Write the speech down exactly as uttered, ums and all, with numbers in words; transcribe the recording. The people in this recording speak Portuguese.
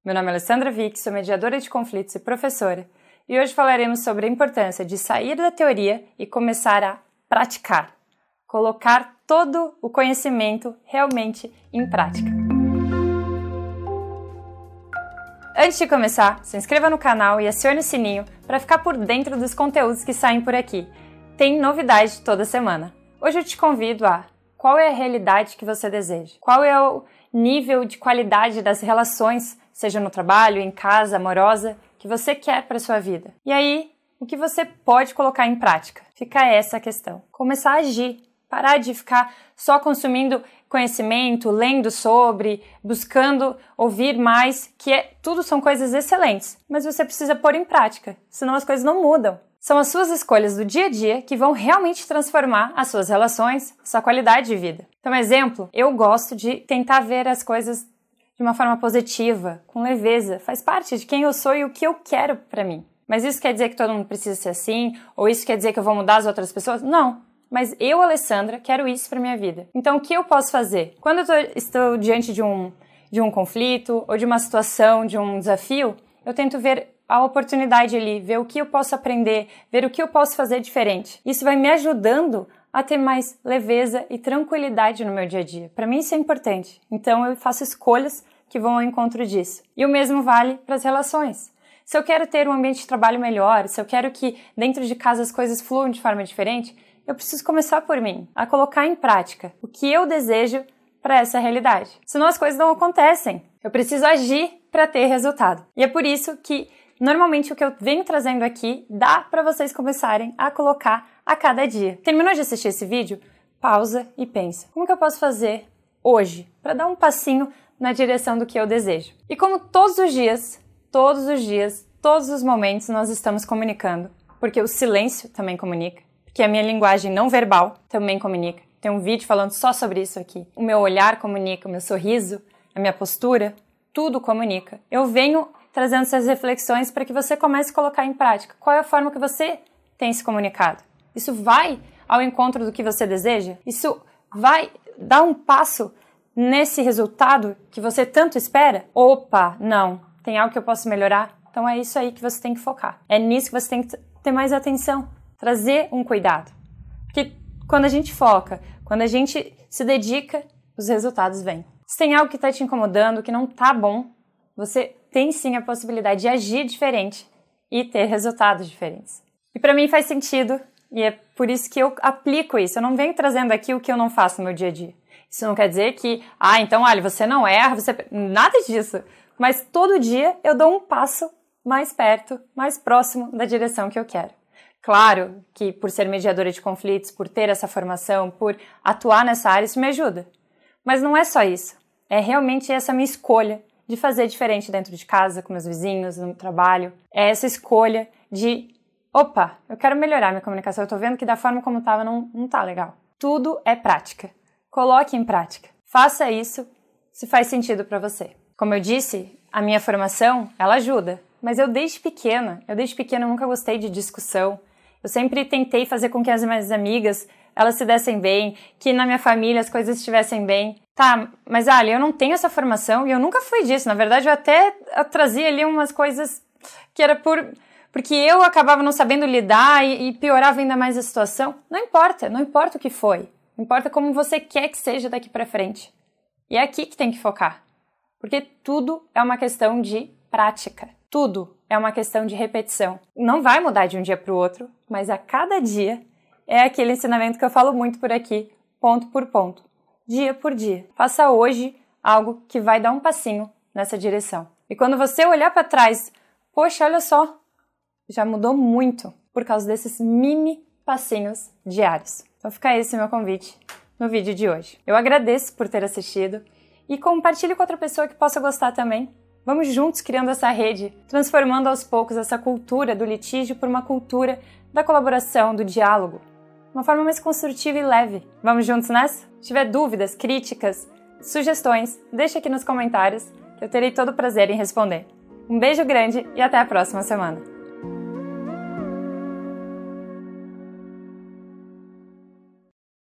Meu nome é Alessandra Vick, sou mediadora de conflitos e professora, e hoje falaremos sobre a importância de sair da teoria e começar a praticar, colocar todo o conhecimento realmente em prática. Antes de começar, se inscreva no canal e acione o sininho para ficar por dentro dos conteúdos que saem por aqui. Tem novidade toda semana. Hoje eu te convido a: qual é a realidade que você deseja? Qual é o nível de qualidade das relações, seja no trabalho, em casa, amorosa, que você quer para sua vida? E aí, o que você pode colocar em prática? Fica essa a questão. Começar a agir. Parar de ficar só consumindo conhecimento, lendo sobre, buscando ouvir mais, que é, tudo são coisas excelentes, mas você precisa pôr em prática, senão as coisas não mudam. São as suas escolhas do dia a dia que vão realmente transformar as suas relações, sua qualidade de vida. Então, exemplo, eu gosto de tentar ver as coisas de uma forma positiva, com leveza, faz parte de quem eu sou e o que eu quero para mim. Mas isso quer dizer que todo mundo precisa ser assim? Ou isso quer dizer que eu vou mudar as outras pessoas? Não. Mas eu, Alessandra, quero isso para minha vida. Então, o que eu posso fazer? Quando eu tô, estou diante de um, de um conflito, ou de uma situação, de um desafio, eu tento ver a oportunidade ali, ver o que eu posso aprender, ver o que eu posso fazer diferente. Isso vai me ajudando a ter mais leveza e tranquilidade no meu dia a dia. Para mim isso é importante. Então, eu faço escolhas que vão ao encontro disso. E o mesmo vale para as relações. Se eu quero ter um ambiente de trabalho melhor, se eu quero que dentro de casa as coisas fluam de forma diferente, eu preciso começar por mim, a colocar em prática o que eu desejo para essa realidade. Senão as coisas não acontecem. Eu preciso agir para ter resultado. E é por isso que, normalmente, o que eu venho trazendo aqui dá para vocês começarem a colocar a cada dia. Terminou de assistir esse vídeo? Pausa e pensa. Como que eu posso fazer hoje para dar um passinho na direção do que eu desejo? E como todos os dias, todos os dias, todos os momentos nós estamos comunicando, porque o silêncio também comunica, que a minha linguagem não verbal também comunica. Tem um vídeo falando só sobre isso aqui. O meu olhar comunica, o meu sorriso, a minha postura, tudo comunica. Eu venho trazendo essas reflexões para que você comece a colocar em prática. Qual é a forma que você tem se comunicado? Isso vai ao encontro do que você deseja? Isso vai dar um passo nesse resultado que você tanto espera? Opa, não. Tem algo que eu posso melhorar? Então é isso aí que você tem que focar. É nisso que você tem que ter mais atenção. Trazer um cuidado. Porque quando a gente foca, quando a gente se dedica, os resultados vêm. Se tem algo que está te incomodando, que não está bom, você tem sim a possibilidade de agir diferente e ter resultados diferentes. E para mim faz sentido, e é por isso que eu aplico isso. Eu não venho trazendo aqui o que eu não faço no meu dia a dia. Isso não quer dizer que, ah, então, olha, você não erra, você... Nada disso. Mas todo dia eu dou um passo mais perto, mais próximo da direção que eu quero. Claro que por ser mediadora de conflitos, por ter essa formação, por atuar nessa área, isso me ajuda. Mas não é só isso. É realmente essa minha escolha de fazer diferente dentro de casa, com meus vizinhos, no trabalho. É essa escolha de, opa, eu quero melhorar minha comunicação, eu tô vendo que da forma como estava não, não tá legal. Tudo é prática. Coloque em prática. Faça isso se faz sentido para você. Como eu disse, a minha formação, ela ajuda. Mas eu desde pequena, eu desde pequena nunca gostei de discussão. Eu sempre tentei fazer com que as minhas amigas, elas se dessem bem, que na minha família as coisas estivessem bem. Tá, mas Ali, eu não tenho essa formação e eu nunca fui disso. Na verdade, eu até eu trazia ali umas coisas que era por... porque eu acabava não sabendo lidar e, e piorava ainda mais a situação. Não importa, não importa o que foi. Importa como você quer que seja daqui pra frente. E é aqui que tem que focar. Porque tudo é uma questão de prática. Tudo é uma questão de repetição. Não vai mudar de um dia para o outro, mas a cada dia é aquele ensinamento que eu falo muito por aqui, ponto por ponto, dia por dia. Faça hoje algo que vai dar um passinho nessa direção. E quando você olhar para trás, poxa, olha só, já mudou muito por causa desses mini passinhos diários. Então fica esse meu convite no vídeo de hoje. Eu agradeço por ter assistido e compartilhe com outra pessoa que possa gostar também. Vamos juntos criando essa rede, transformando aos poucos essa cultura do litígio por uma cultura da colaboração, do diálogo. Uma forma mais construtiva e leve. Vamos juntos nessa? Se tiver dúvidas, críticas, sugestões, deixa aqui nos comentários que eu terei todo o prazer em responder. Um beijo grande e até a próxima semana.